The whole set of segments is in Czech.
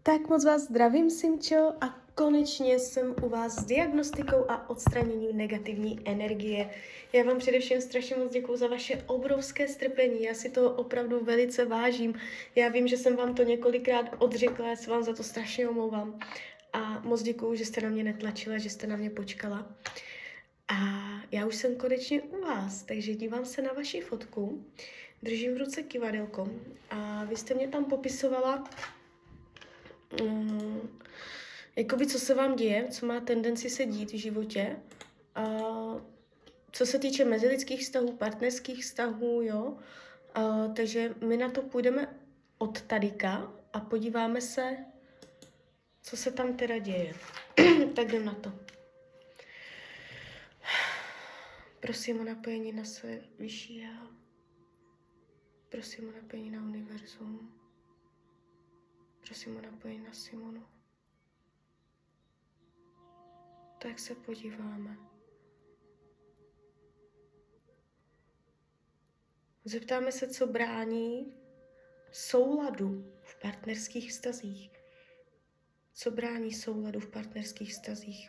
Tak moc vás zdravím, Simčo, a konečně jsem u vás s diagnostikou a odstraněním negativní energie. Já vám především strašně moc děkuju za vaše obrovské strpení, já si to opravdu velice vážím. Já vím, že jsem vám to několikrát odřekla, já se vám za to strašně omlouvám. A moc děkuju, že jste na mě netlačila, že jste na mě počkala. A já už jsem konečně u vás, takže dívám se na vaši fotku, držím v ruce kivadelko a vy jste mě tam popisovala, jakoby co se vám děje, co má tendenci se dít v životě, co se týče mezilidských vztahů, partnerských vztahů, jo. Takže my na to půjdeme od tadyka a podíváme se, co se tam teda děje. Tak jdem na to. Prosím o napojení na své vyšší já. Prosím o napojení na univerzum. Prosím o napojení na Simonu. Tak se podíváme. Zeptáme se, co brání souladu v partnerských vztazích. Co brání souladu v partnerských vztazích?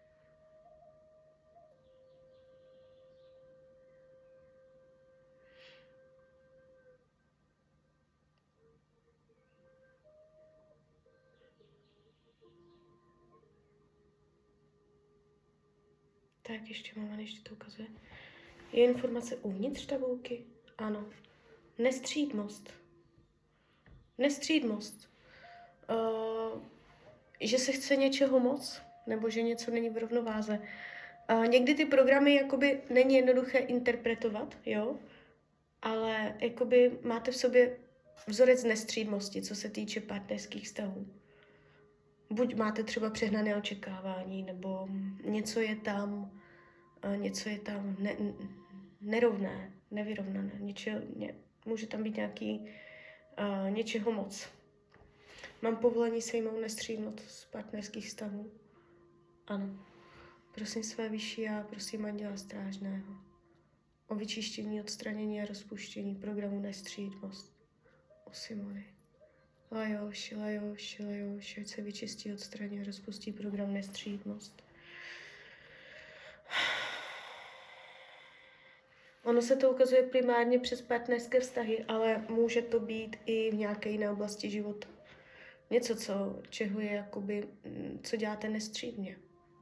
Tak ještě moment, ještě to ukazuje. Je informace uvnitř tabulky? Ano. Nestřídmost. Nestřídmost. Že se chce něčeho moc, nebo že něco není v rovnováze. Někdy ty programy jakoby není jednoduché interpretovat, jo? Ale jakoby máte v sobě vzorec nestřídmosti, co se týče partnerských vztahů. Buď máte třeba přehnané očekávání, nebo něco je tam nerovné, nevyrovnané, může tam být něčeho moc. Mám povolení sejmout nestřídmost z partnerských vztahů? Ano. Prosím své vyšší já, prosím anděla strážného o vyčištění, odstranění a rozpuštění programu nestřídmost. O Simony. Lajoši, ať se vyčistí, odstraní a rozpustí program nestřídmost. Ono se to ukazuje primárně přes partnerské vztahy, ale může to být i v nějaké jiné oblasti života. Něco, čeho je jakoby, co děláte nestřídně.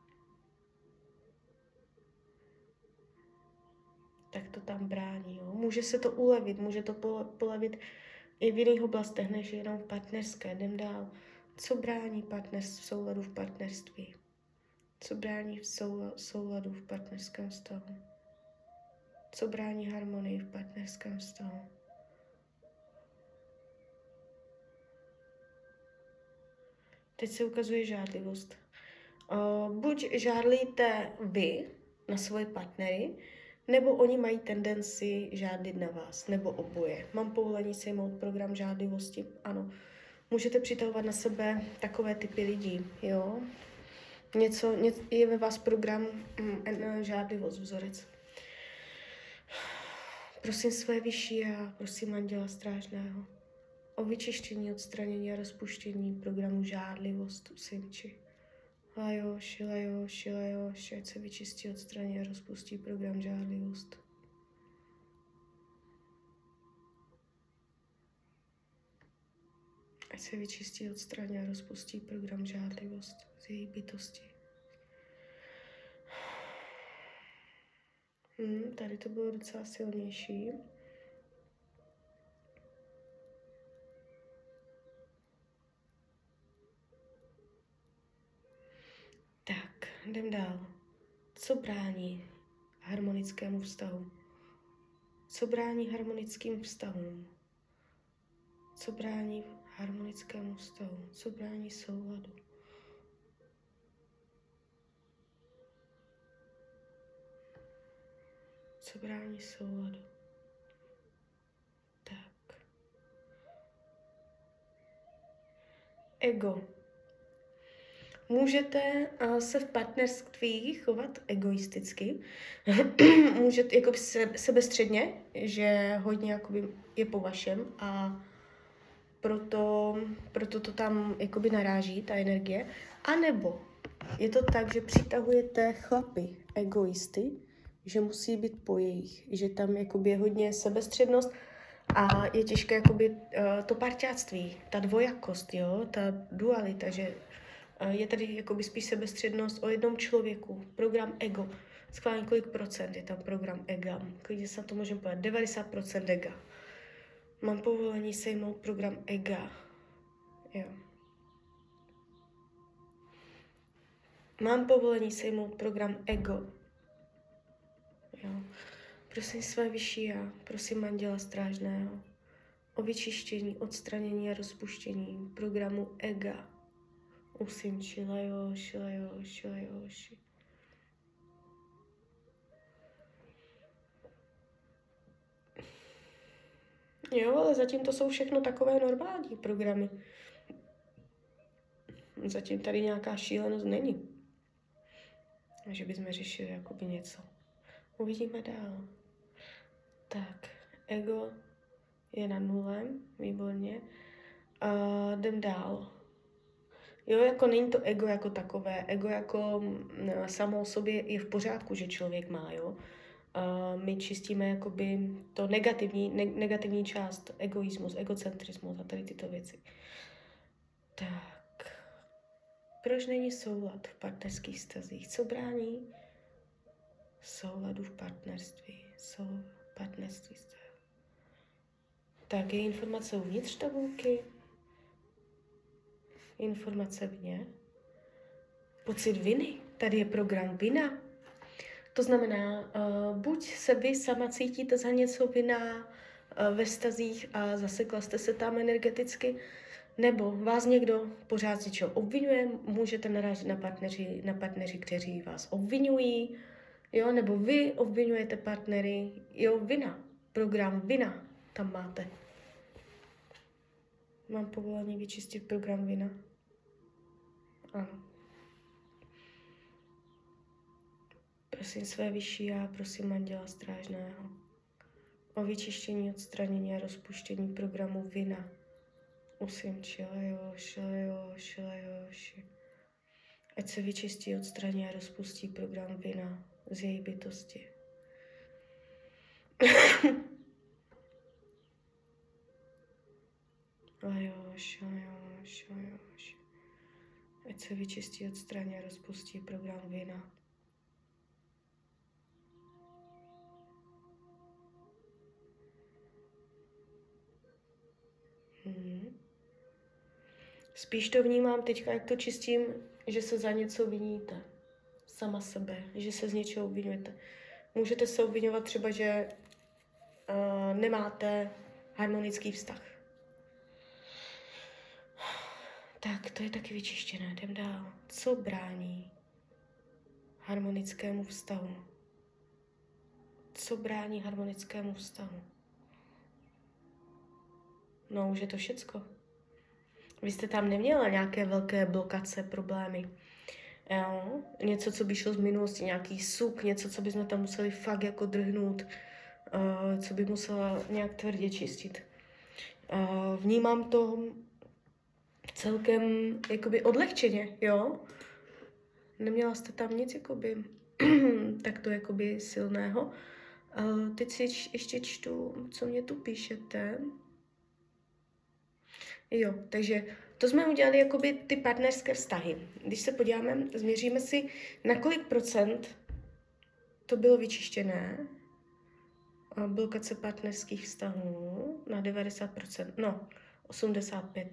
Tak to tam brání, jo. Může se to ulevit, může to polevit i v jiných oblastech, než jenom v partnerské. Jdem dál. Co brání v souladu v partnerství? Co brání v souladu v partnerském vztahu? Co brání harmonii v partnerském vztahu? Teď se ukazuje žádlivost. Buď žádlíte vy na svoje partnery, nebo oni mají tendenci žádlit na vás, nebo oboje. Mám povolení sejmout program žádlivosti? Ano. Můžete přitahovat na sebe takové typy lidí, jo? Je ve vás program žádlivost, vzorec. Prosím své vyšší a prosím anděla strážného o vyčištění, odstranění a rozpuštění programu žádlivost, Simči. Lajoši, ať se vyčistí, odstraní a rozpustí program žádlivost. Ať se vyčistí, odstraní a rozpustí program žádlivost z její bytosti. Tady to bylo docela silnější. Tak, jdem dál. Co brání harmonickému vztahu? Co brání harmonickým vztahům? Co brání harmonickému vztahu? Co brání souladu? Co brání souladu? Tak. Ego. Můžete se v partnerství chovat egoisticky, můžete jako sebestředně, že hodně jakoby je po vašem a proto to tam jakoby naráží, ta energie. A nebo je to tak, že přitahujete chlapy, egoisty, že musí být po jejich, že tam jakoby je hodně sebestřednost a je těžké jakoby to parťáctví, ta dvojakost, jo, ta dualita, že je tady jakoby spíš sebestřednost o jednom člověku, program ego. Schválně kolik procent je tam program ega? Klidně se na to můžeme povedat, 90% ega. Mám povolení sejmout program ega. Jo. Mám povolení sejmout program ego. Jo. Prosím své vyšší já, prosím Anděla Strážného o vyčištění, odstranění a rozpuštění programu ega. Usim šilajoši. Jo, ale zatím to jsou všechno takové normální programy. Zatím tady nějaká šílenost není. Že bychom řešili jakoby něco. Uvidíme dál. Tak, ego je na 0, výborně. A jdem dál. Jo, jako není to ego jako takové. Ego jako samo o sobě je v pořádku, že člověk má, jo. My čistíme jakoby to negativní část, egoismus, egocentrismus a tady tyto věci. Tak. Proč není soulad v partnerských vztazích? Co brání souladu v partnerství? Partnerství vztah. Tak, je informace uvnitř tabulky, informace vně, pocit viny, tady je program vina. To znamená, buď se vy sama cítíte za něco vina ve vztazích a zasekla jste se tam energeticky, nebo vás někdo pořád z něčeho obvinuje, můžete narážet na partneři, kteří vás obvinují, jo, nebo vy obvinujete partnery, jo, vina, program vina tam máte. Mám povolení vyčistit program vina? Ano. Prosím své vyšší já, prosím Anděla Strážného o vyčištění, odstranění a rozpuštění programu vina. Usim šilajoši. Ať se vyčistí, odstraní a rozpustí program vina z její bytosti. Lajoš. Ať se vyčistí, odstraní a rozpustí program vina. Spíš to vnímám teďka, jak to čistím, že se za něco viníte. Sama sebe, že se z něčeho obvinujete. Můžete se obvinovat třeba, že nemáte harmonický vztah. Tak, to je taky vyčištěné. Jdem dál. Co brání harmonickému vztahu? Co brání harmonickému vztahu? No, už je to všecko. Vy jste tam neměla nějaké velké blokace, problémy. Jo? Něco, co by šlo z minulosti, nějaký suk, něco, co bychom tam museli fakt jako drhnout, co by musela nějak tvrdě čistit. Vnímám to celkem jakoby odlehčeně, jo? Neměla jste tam nic jakoby takto jakoby silného. Teď si ještě čtu, co mě tu píšete. Jo, takže to jsme udělali jakoby ty partnerské vztahy. Když se podíváme, změříme si, na kolik procent to bylo vyčištěné. Blokace partnerských vztahů na 90%, no, 85%.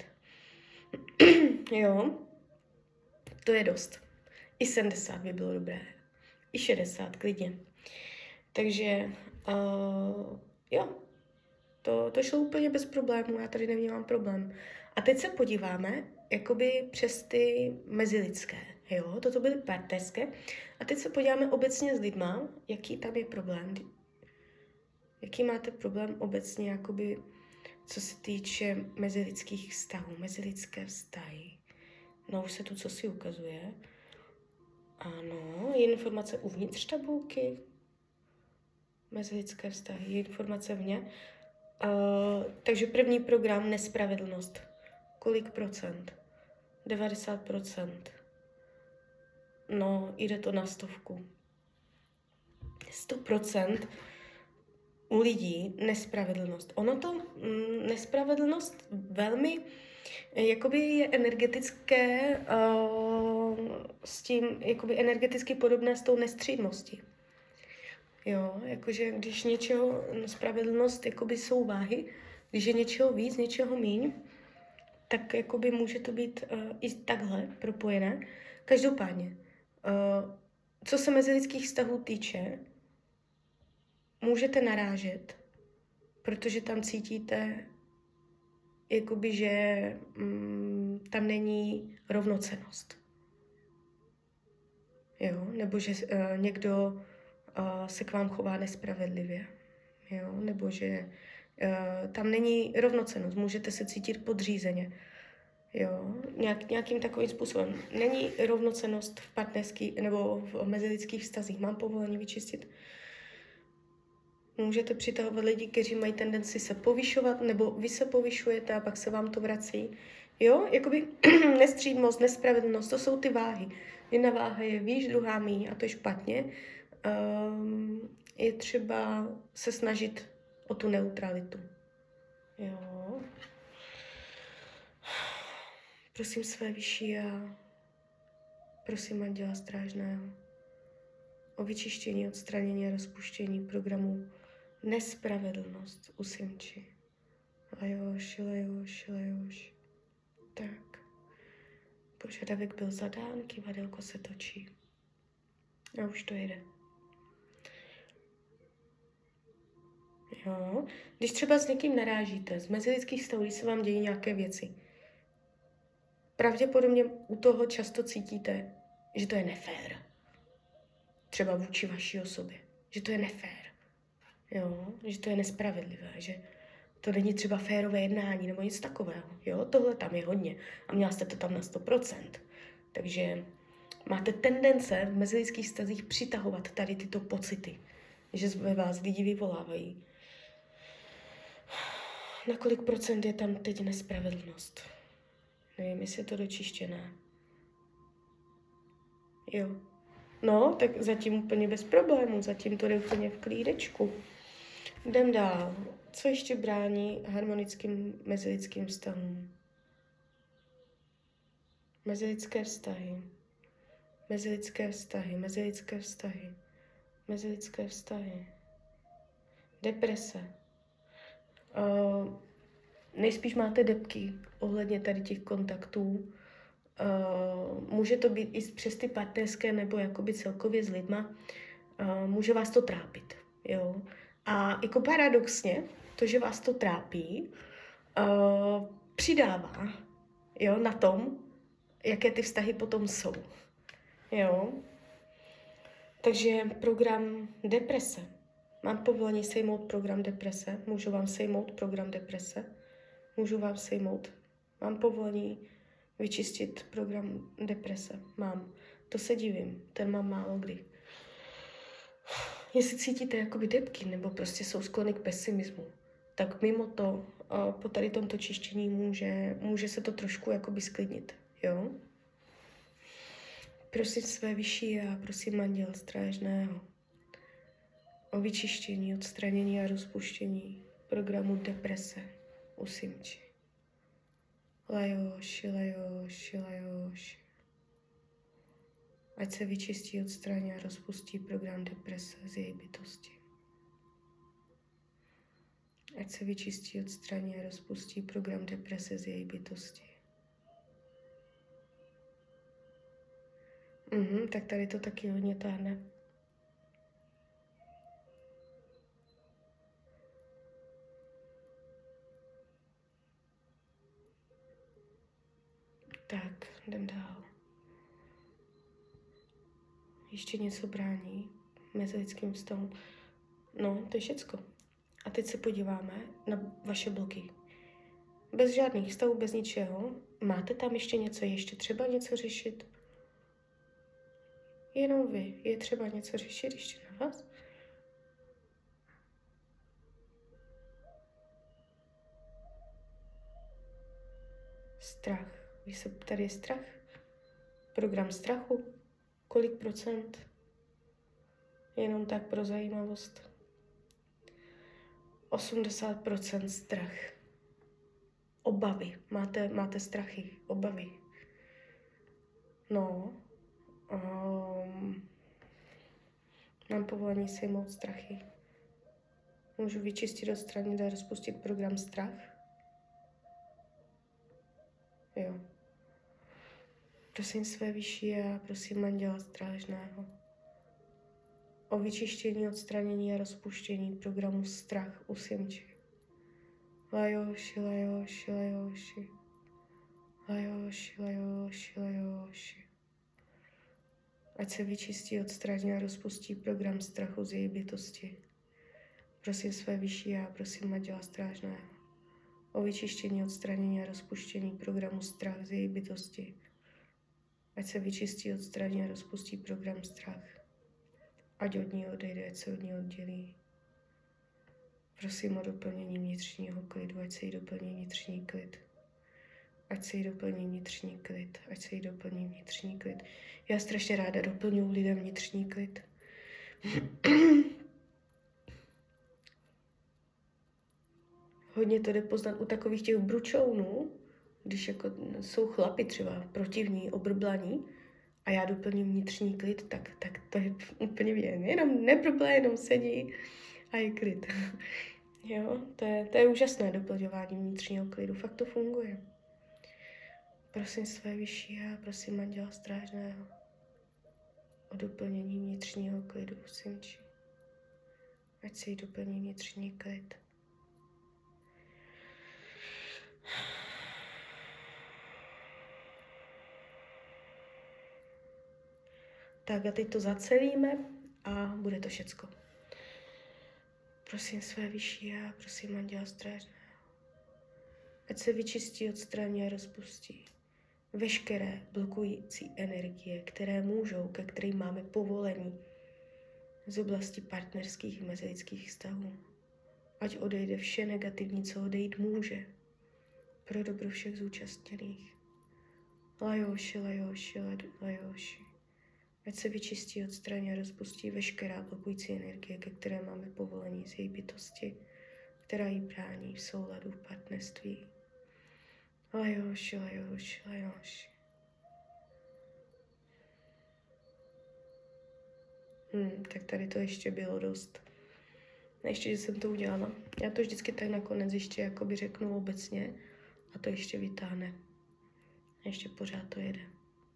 Jo, to je dost. I 70 by bylo dobré. I 60, klidně. Takže, jo, to šlo úplně bez problémů, já tady nevnímám problém. A teď se podíváme, jakoby přes ty mezilidské, jo, toto byly partnerské. A teď se podíváme obecně s lidma, jaký tam je problém. Jaký máte problém obecně, jakoby, co se týče mezilidských vztahů, mezilidské vztahy. No, už se tu co si ukazuje. Ano, je informace uvnitř tabulky. Mezilidské vztahy, je informace vně. Takže první program nespravedlnost. Kolik procent? 90%. No, jde to na 100. 100% u lidí nespravedlnost. Ono to nespravedlnost velmi jakoby je energetické s tím, jakoby energeticky podobné s tou nestřídmostí. Jo, jakože když něčeho, spravedlnost, jakoby jsou váhy, když je něčeho víc, něčeho míň, tak jakoby může to být i takhle propojené. Každopádně, co se mezilidských vztahů týče, můžete narážet, protože tam cítíte, jakoby, že tam není rovnocennost. Jo? Nebo že někdo se k vám chová nespravedlivě. Jo? Nebo že tam není rovnocennost. Můžete se cítit podřízeně. Jo? Nějakým takovým způsobem. Není rovnocennost v partnerských nebo v mezilidských vztazích. Mám povolení vyčistit. Můžete přitahovat lidi, kteří mají tendenci se povyšovat, nebo vy se povyšujete a pak se vám to vrací. Jo, jakoby nestřídmost, nespravedlnost, to jsou ty váhy. Jedna váha je výš, druhá míň a to je špatně. Je třeba se snažit o tu neutralitu. Jo. Prosím své vyšší a prosím Anděla Strážného o vyčištění, odstranění a rozpuštění programu nespravedlnost u Simči. Lajoš. Tak. Požadavek byl zadán, kivadelko se točí. A už to jede. Jo. Když třeba s někým narážíte, z mezilidských vztahů, když se vám dějí nějaké věci, pravděpodobně u toho často cítíte, že to je nefér. Třeba vůči vaší osobě. Že to je nefér. Jo, že to je nespravedlivé, že to není třeba férové jednání nebo nic takového. Jo, tohle tam je hodně. A měla jste to tam na 100%. Takže máte tendence v mezilidských vztazích přitahovat tady tyto pocity, že ve vás lidi vyvolávají. Na kolik procent je tam teď nespravedlnost? Nevím, jestli je to dočištěné. Jo. No, tak zatím úplně bez problémů, zatím to jde úplně v klídečku. Jdem dál. Co ještě brání harmonickým mezilidským vztahům? Mezilidské vztahy. Deprese. Nejspíš máte depky ohledně tady těch kontaktů. Může to být i přes ty partnerské nebo jakoby celkově s lidma. Může vás to trápit. Jo? A jako paradoxně, to, že vás to trápí, přidává, jo, na tom, jaké ty vztahy potom jsou. Jo? Takže program deprese. Mám povolení sejmout program deprese? Můžu vám sejmout program deprese? Mám povolení vyčistit program deprese? Mám. To se divím, ten mám málo kdy. Jestli cítíte jakoby depky nebo prostě jsou sklony k pesimismu, tak mimo to po tady tomto čištění může se to trošku jakoby sklidnit, jo? Prosím své vyšší a prosím Anděla Strážného o vyčištění, odstranění a rozpuštění programu deprese u Simči. Lajoš. Ať se vyčistí, odstraní a rozpustí program deprese z její bytosti. Ať se vyčistí, odstraní a rozpustí program deprese z její bytosti. Tak tady to taky hodně táhne. Tak, jdem dál. Ještě něco brání mezilidským vztahům. No, to je všecko. A teď se podíváme na vaše bloky. Bez žádných vztahů, bez ničeho. Máte tam ještě něco? Ještě třeba něco řešit? Jenom vy. Je třeba něco řešit ještě na vás? Strach. Tady je strach. Program strachu. Kolik procent? Jenom tak pro zajímavost. 80% strach. Obavy. Máte strachy, obavy. No. Mám povolení sejmout strachy. Můžu vyčistit, odstranit a rozpustit program strach? Jo. Prosím své vyšší a prosím Anděla Strážného o vyčištění, odstranění a rozpuštění programu strach u Simči. Lajoši, lajoši, lajoši. Lajoši, lajoši, lajoši. Ať se vyčistí, odstraní a rozpustí program strachu z její bytosti. Prosím své vyšší a prosím Anděla Strážného o vyčištění, odstranění a rozpuštění programu strach z její bytosti. Ať se vyčistí, odstraní a rozpustí program strach. Ať od ní odejde, ať se od ní oddělí. Prosím o doplnění vnitřního klidu, ať se jí doplní vnitřní klid. Ať se jí doplní vnitřní klid, ať se jí doplní vnitřní klid. Já strašně ráda doplňuji lidem vnitřní klid. Hodně to jde poznat u takových těch bručounů, když jako jsou chlapi třeba protivní, obrblaní a já doplním vnitřní klid, tak to je úplně věrně. Jenom neproblé, jenom sedí a je klid. Jo, to je úžasné doplňování vnitřního klidu, fakt to funguje. Prosím své vyšší a prosím Anděla Strážného o doplnění vnitřního klidu v Simči. Ať si jí doplní vnitřní klid. Tak a teď to zacelíme a bude to všecko. Prosím své vyšší a prosím Anděla Strážného. Ať se vyčistí, odstraní a rozpustí veškeré blokující energie, které můžou, ke kterým máme povolení z oblasti partnerských i mezilidských vztahů. Ať odejde vše negativní, co odejít může, pro dobro všech zúčastněných. Lajoši, lajoši, lajoši. Ať se vyčistí, odstraní a rozpustí veškerá blokující energie, ke které máme povolení z její bytosti, která jí brání v souladu v partnerství. Lajoši, lajoši, lajoši. Tak tady to ještě bylo dost. Ještě, že jsem to udělala. Já to vždycky tak nakonec ještě jakoby řeknu obecně a to ještě vytáhne. Ještě pořád to jede.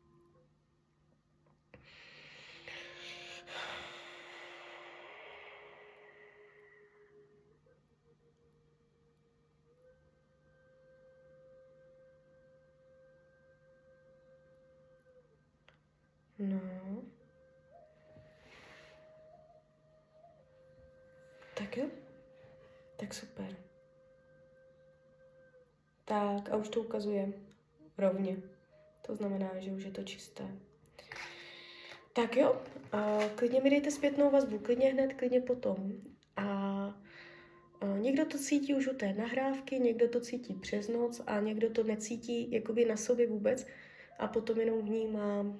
No. Tak jo. Tak super. Tak a už to ukazuje rovně. To znamená, že už je to čisté. Tak jo, klidně mi dejte zpětnou vazbu, klidně hned, klidně potom. A někdo to cítí už u té nahrávky, někdo to cítí přes noc a někdo to necítí jakoby na sobě vůbec a potom jenom vnímá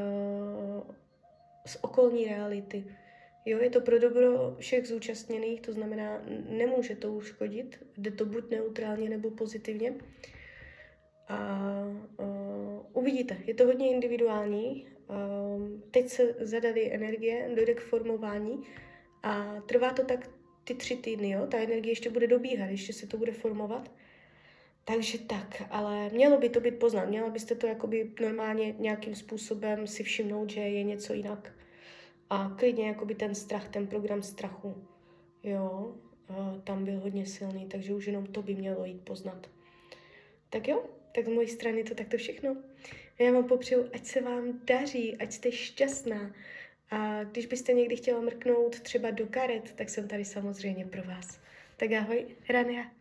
z okolní reality. Jo, je to pro dobro všech zúčastněných, to znamená, nemůže to uškodit, jde to buď neutrálně nebo pozitivně. A uvidíte, je to hodně individuální. Teď se zadaly energie, dojde k formování a trvá to tak ty 3 týdny, jo? Ta energie ještě bude dobíhat, ještě se to bude formovat. Takže tak, ale mělo by to být poznat, měla byste to jakoby normálně nějakým způsobem si všimnout, že je něco jinak. A klidně jakoby ten strach, ten program strachu, jo, tam byl hodně silný, takže už jenom to by mělo jít poznat. Tak jo, tak z mojí strany to takto všechno. Já vám popřeju, ať se vám daří, ať jste šťastná. A když byste někdy chtěla mrknout třeba do karet, tak jsem tady samozřejmě pro vás. Tak ahoj, Rania.